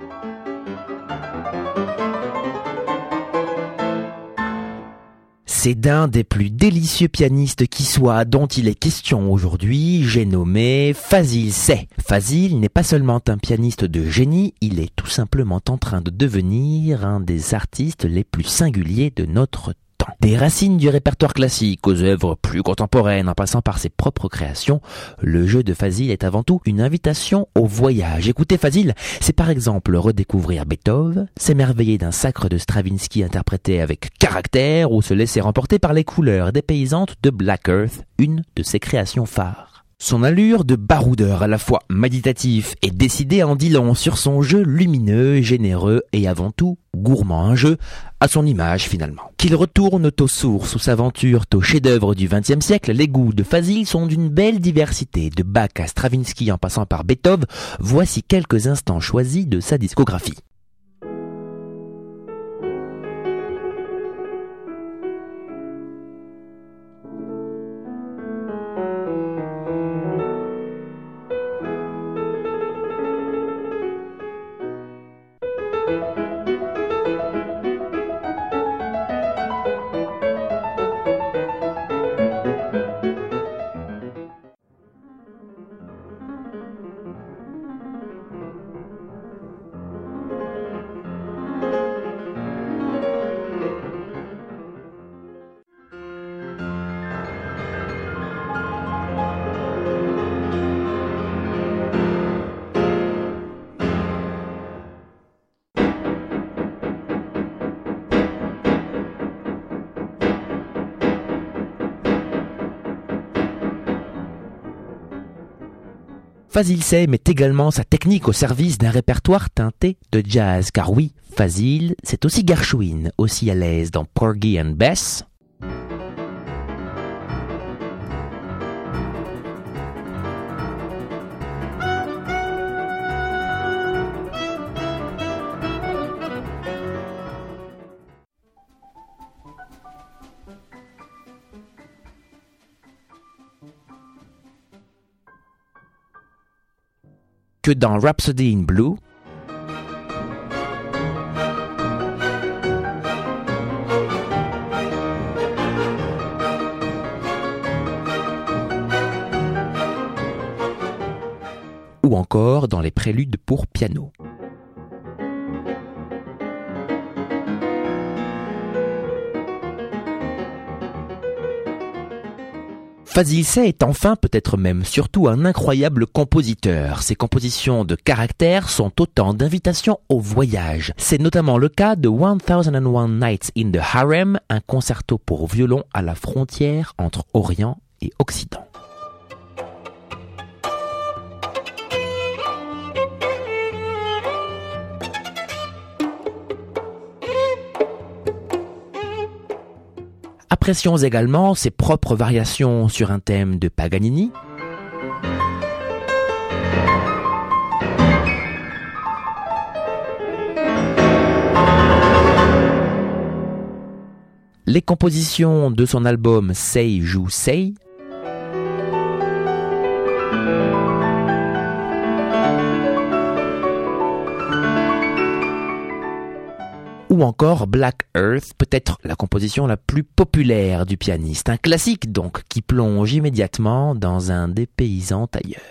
C'est d'un des plus délicieux pianistes qui soit dont il est question aujourd'hui, j'ai nommé Fazil Say. Fazil n'est pas seulement un pianiste de génie, il est tout simplement en train de devenir un des artistes les plus singuliers de notre temps. Des racines du répertoire classique aux œuvres plus contemporaines en passant par ses propres créations, le jeu de Fazil est avant tout une invitation au voyage. Écouter Fazil, c'est par exemple redécouvrir Beethoven, s'émerveiller d'un sacre de Stravinsky interprété avec caractère ou se laisser remporter par les couleurs dépaysantes de Black Earth, une de ses créations phares. Son allure de baroudeur à la fois méditatif et décidé en dit long sur son jeu lumineux, généreux et avant tout gourmand. Un jeu à son image finalement. Qu'il retourne aux sources ou s'aventure aux chefs-d'œuvre du XXe siècle, les goûts de Fazil sont d'une belle diversité. De Bach à Stravinsky en passant par Beethoven, voici quelques instants choisis de sa discographie. Fazil Say met également sa technique au service d'un répertoire teinté de jazz, car oui, Fazil, c'est aussi Gershwin, aussi à l'aise dans Porgy and Bess, que dans Rhapsody in Blue, ou encore dans les préludes pour piano. Fazil Say est enfin, peut-être même surtout, un incroyable compositeur. Ses compositions de caractère sont autant d'invitations au voyage. C'est notamment le cas de 1001 Nights in the Harem, un concerto pour violon à la frontière entre Orient et Occident. Apprécions également ses propres variations sur un thème de Paganini, les compositions de son album Say You Say, ou encore Black Earth, peut-être la composition la plus populaire du pianiste. Un classique donc qui plonge immédiatement dans un dépaysant ailleurs.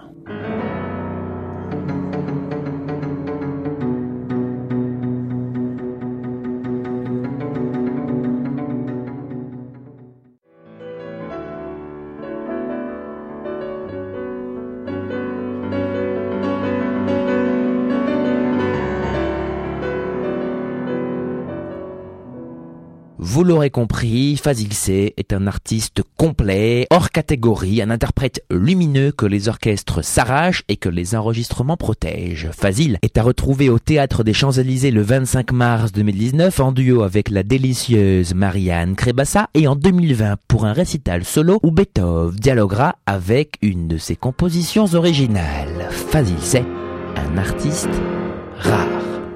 Vous l'aurez compris, Fazil Say est un artiste complet, hors catégorie, un interprète lumineux que les orchestres s'arrachent et que les enregistrements protègent. Fazil est à retrouver au Théâtre des Champs-Élysées le 25 mars 2019 en duo avec la délicieuse Marianne Crébassa et en 2020 pour un récital solo où Beethoven dialoguera avec une de ses compositions originales. Fazil Say, un artiste rare.